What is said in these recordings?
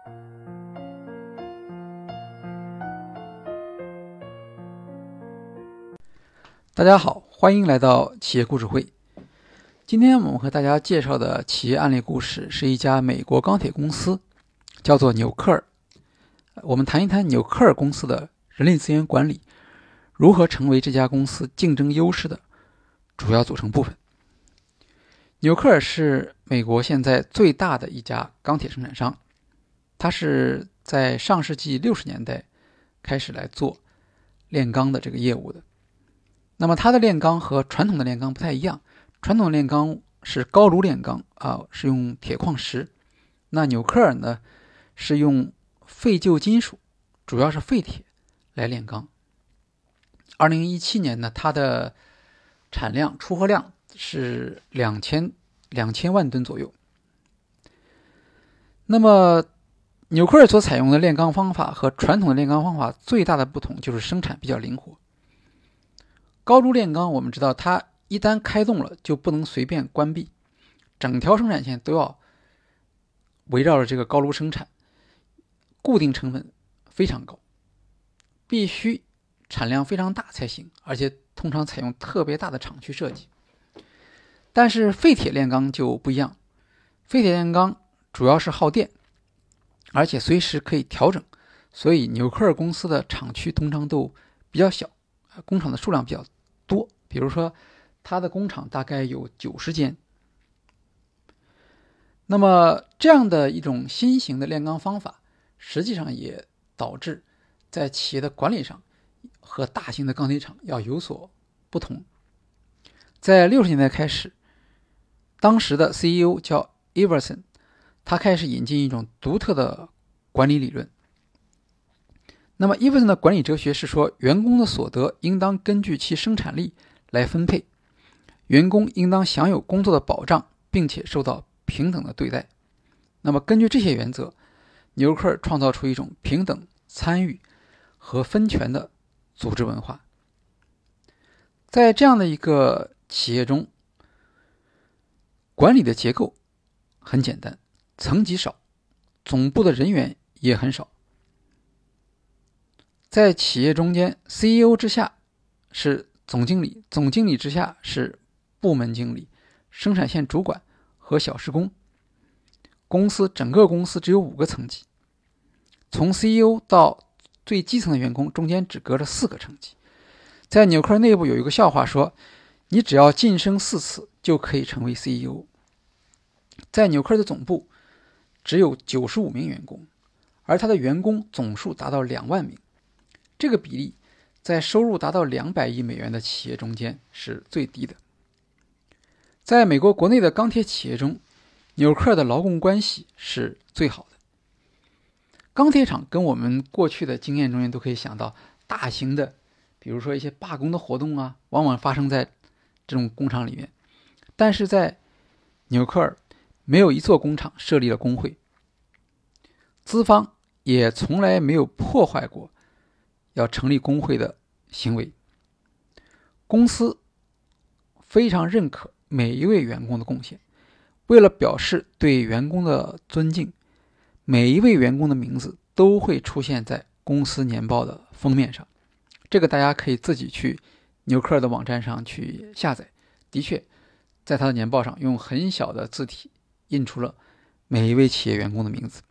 大家好，欢迎来到企业故事会。今天我们和大家介绍的企业案例故事是一家美国钢铁公司，叫做纽克尔。我们谈一谈纽克尔公司的人力资源管理如何成为这家公司竞争优势的主要组成部分。纽克尔是美国现在最大的一家钢铁生产商，它是在上世纪60年代开始来做炼钢的这个业务的。那么它的炼钢和传统的炼钢不太一样，传统的炼钢是高炉炼钢是用铁矿石，那纽克尔呢是用废旧金属，主要是废铁来炼钢。2017年呢，它的产量出货量是2000万吨左右。那么纽克尔所采用的炼钢方法和传统的炼钢方法最大的不同就是生产比较灵活。高炉炼钢我们知道它一旦开动了就不能随便关闭，整条生产线都要围绕着这个高炉生产，固定成本非常高，必须产量非常大才行，而且通常采用特别大的厂区设计。但是废铁炼钢就不一样，废铁炼钢主要是耗电，而且随时可以调整，所以纽克尔公司的厂区通常都比较小，工厂的数量比较多，比如说它的工厂大概有90间。那么这样的一种新型的炼钢方法实际上也导致在企业的管理上和大型的钢铁厂要有所不同。在60年代开始，当时的 CEO 叫 Iverson， 他开始引进一种独特的管理理论。那么 Iverson 的管理哲学是说，员工的所得应当根据其生产力来分配，员工应当享有工作的保障，并且受到平等的对待。那么根据这些原则，纽克尔创造出一种平等、参与和分权的组织文化。在这样的一个企业中，管理的结构很简单，层级少，总部的人员也很少。在企业中间， CEO 之下是总经理，总经理之下是部门经理、生产线主管和小时工。整个公司只有5个层级，从 CEO 到最基层的员工中间只隔着4个层级。在纽克尔内部有一个笑话说，你只要晋升4次就可以成为 CEO。 在纽克尔的总部只有95名员工，而他的员工总数达到2万名，这个比例在收入达到200亿美元的企业中间是最低的。在美国国内的钢铁企业中，纽克尔的劳动关系是最好的。钢铁厂跟我们过去的经验中间都可以想到，大型的比如说一些罢工的活动往往发生在这种工厂里面。但是在纽克尔没有一座工厂设立了工会，资方也从来没有破坏过要成立工会的行为。公司非常认可每一位员工的贡献，为了表示对员工的尊敬，每一位员工的名字都会出现在公司年报的封面上。这个大家可以自己去纽克尔的网站上去下载，的确在他的年报上用很小的字体印出了每一位企业员工的名字。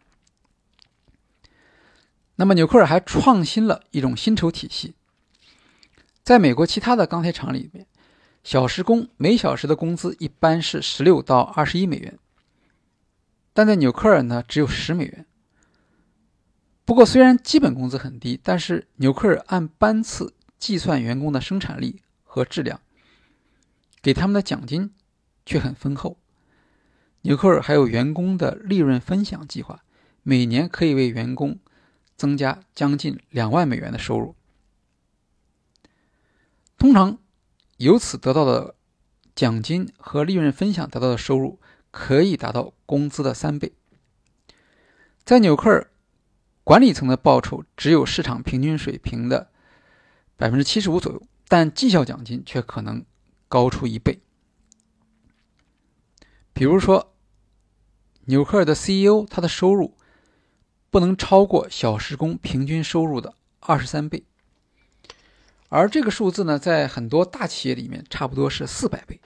那么纽克尔还创新了一种薪酬体系。在美国其他的钢铁厂里面，小时工每小时的工资一般是16到21美元，但在纽克尔呢只有10美元。不过虽然基本工资很低，但是纽克尔按班次计算员工的生产力和质量，给他们的奖金却很丰厚。纽克尔还有员工的利润分享计划，每年可以为员工增加将近2万美元的收入。通常由此得到的奖金和利润分享得到的收入可以达到工资的3倍。在纽克尔，管理层的报酬只有市场平均水平的75%左右，但绩效奖金却可能高出1倍。比如说纽克尔的 CEO， 他的收入不能超过小时工平均收入的23倍。而这个数字呢，在很多大企业里面差不多是400倍。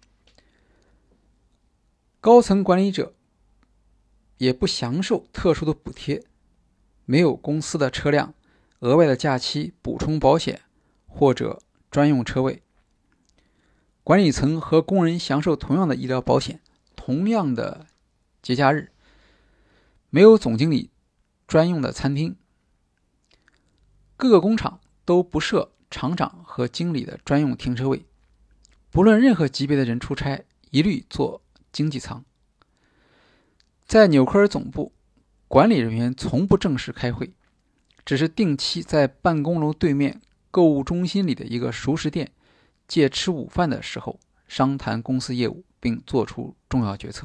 高层管理者也不享受特殊的补贴，没有公司的车辆、额外的假期、补充保险或者专用车位。管理层和工人享受同样的医疗保险，同样的节假日，没有总经理专用的餐厅。各个工厂都不设厂长和经理的专用停车位，不论任何级别的人出差，一律坐经济舱。在纽柯尔总部，管理人员从不正式开会，只是定期在办公楼对面购物中心里的一个熟食店借吃午饭的时候商谈公司业务，并做出重要决策。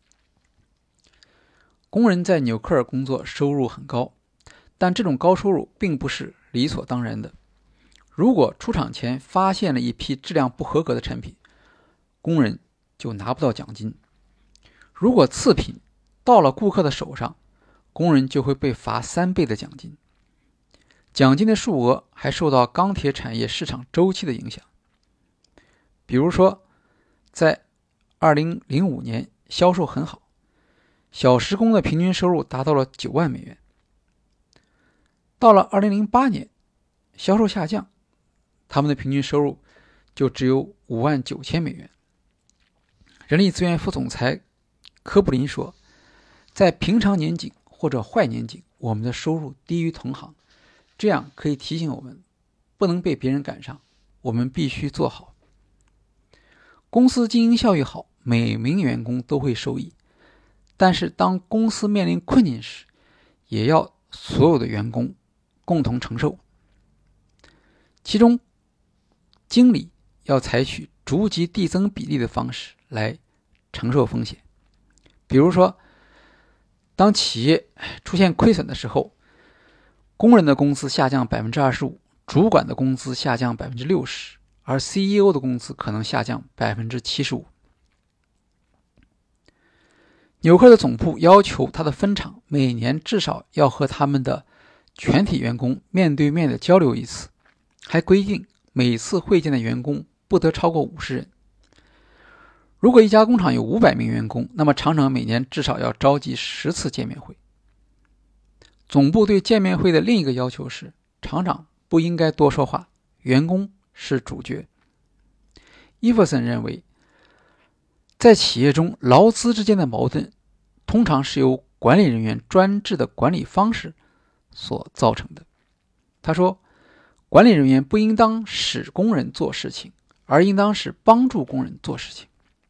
工人在纽柯尔工作收入很高，但这种高收入并不是理所当然的。如果出厂前发现了一批质量不合格的产品，工人就拿不到奖金。如果次品到了顾客的手上，工人就会被罚3倍的奖金。奖金的数额还受到钢铁产业市场周期的影响。比如说，在2005年销售很好，小时工的平均收入达到了9万美元。到了2008年，销售下降，他们的平均收入就只有5万9千美元。人力资源副总裁科布林说，在平常年景或者坏年景，我们的收入低于同行，这样可以提醒我们不能被别人赶上，我们必须做好。公司经营效益好，每名员工都会受益，但是当公司面临困境时，也要所有的员工共同承受。其中，经理要采取逐级递增比例的方式来承受风险。比如说，当企业出现亏损的时候，工人的工资下降 25%， 主管的工资下降 60%， 而 CEO 的工资可能下降 75%。 纽柯的总部要求他的分厂每年至少要和他们的全体员工面对面的交流一次，还规定每次会见的员工不得超过50人。如果一家工厂有500名员工，那么厂长每年至少要召集10次见面会。总部对见面会的另一个要求是，厂长不应该多说话，员工是主角。伊弗森认为，在企业中，劳资之间的矛盾通常是由管理人员专制的管理方式所造成的。他说，管理人员不应当使工人做事情，而应当是帮助工人做事情。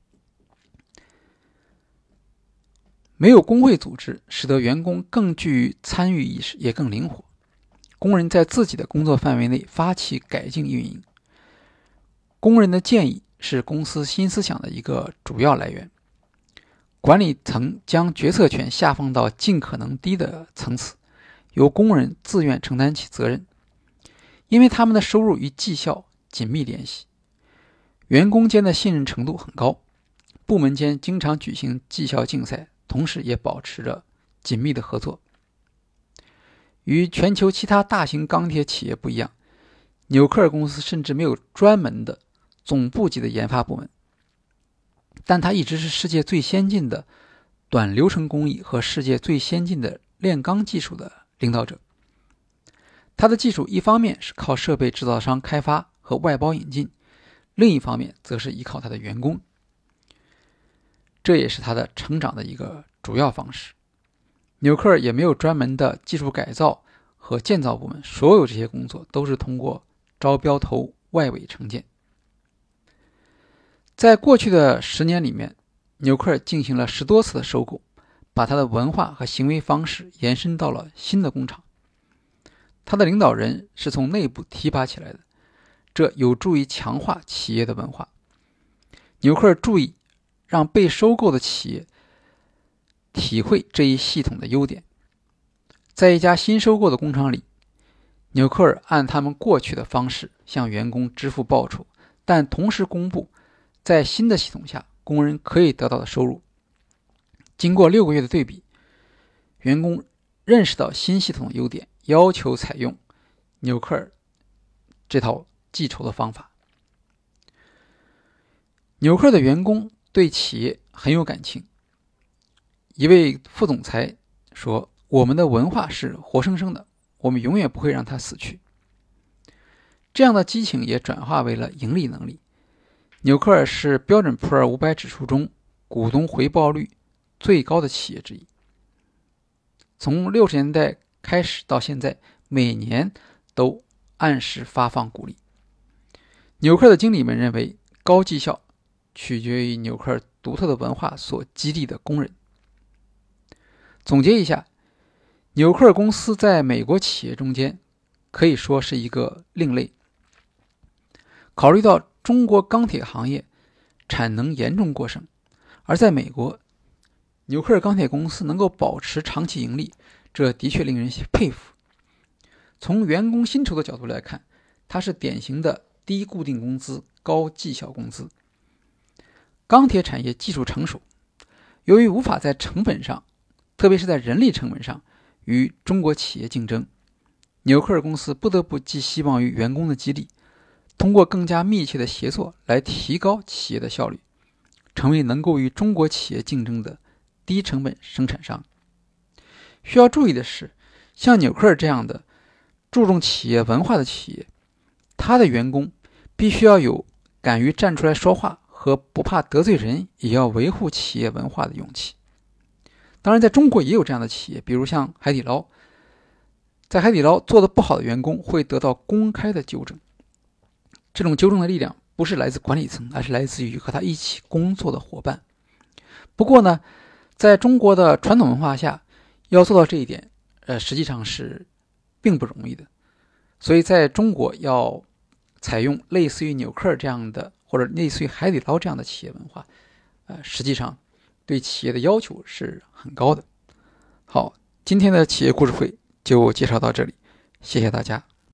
没有工会组织，使得员工更具于参与意识，也更灵活。工人在自己的工作范围内发起改进运营。工人的建议是公司新思想的一个主要来源。管理层将决策权下放到尽可能低的层次，由工人自愿承担起责任，因为他们的收入与绩效紧密联系。员工间的信任程度很高，部门间经常举行绩效竞赛，同时也保持着紧密的合作。与全球其他大型钢铁企业不一样，纽柯尔公司甚至没有专门的总部级的研发部门，但它一直是世界最先进的短流程工艺和世界最先进的炼钢技术的领导者。它的技术一方面是靠设备制造商开发和外包引进，另一方面则是依靠它的员工。这也是它的成长的一个主要方式。纽柯尔也没有专门的技术改造和建造部门，所有这些工作都是通过招标投外委承建。在过去的10年里面，纽柯尔进行了10多次的收购，把他的文化和行为方式延伸到了新的工厂。他的领导人是从内部提拔起来的，这有助于强化企业的文化。纽柯尔注意让被收购的企业体会这一系统的优点。在一家新收购的工厂里，纽柯尔按他们过去的方式向员工支付报酬，但同时公布在新的系统下工人可以得到的收入。经过6个月的对比，员工认识到新系统的优点，要求采用纽克尔这套计筹的方法。纽克尔的员工对企业很有感情，一位副总裁说，我们的文化是活生生的，我们永远不会让它死去。这样的激情也转化为了盈利能力。纽克尔是标准普尔500指数中股东回报率最高的企业之一，从60年代开始到现在，每年都按时发放股利。纽克尔的经理们认为，高绩效取决于纽克尔独特的文化所激励的工人。总结一下，纽克尔公司在美国企业中间可以说是一个另类。考虑到中国钢铁行业产能严重过剩，而在美国，纽克尔钢铁公司能够保持长期盈利，这的确令人佩服。从员工薪酬的角度来看，它是典型的低固定工资、高绩效工资。钢铁产业技术成熟，由于无法在成本上，特别是在人力成本上与中国企业竞争，纽克尔公司不得不寄希望于员工的激励，通过更加密切的协作来提高企业的效率，成为能够与中国企业竞争的低成本生产商。需要注意的是，像纽克尔这样的注重企业文化的企业，他的员工必须要有敢于站出来说话和不怕得罪人也要维护企业文化的勇气。当然在中国也有这样的企业，比如像海底捞，在海底捞做得不好的员工会得到公开的纠正，这种纠正的力量不是来自管理层，而是来自于和他一起工作的伙伴。不过呢，在中国的传统文化下，要做到这一点实际上是并不容易的。所以在中国要采用类似于纽克尔这样的，或者类似于海底捞这样的企业文化，实际上对企业的要求是很高的。好，今天的企业故事会就介绍到这里，谢谢大家。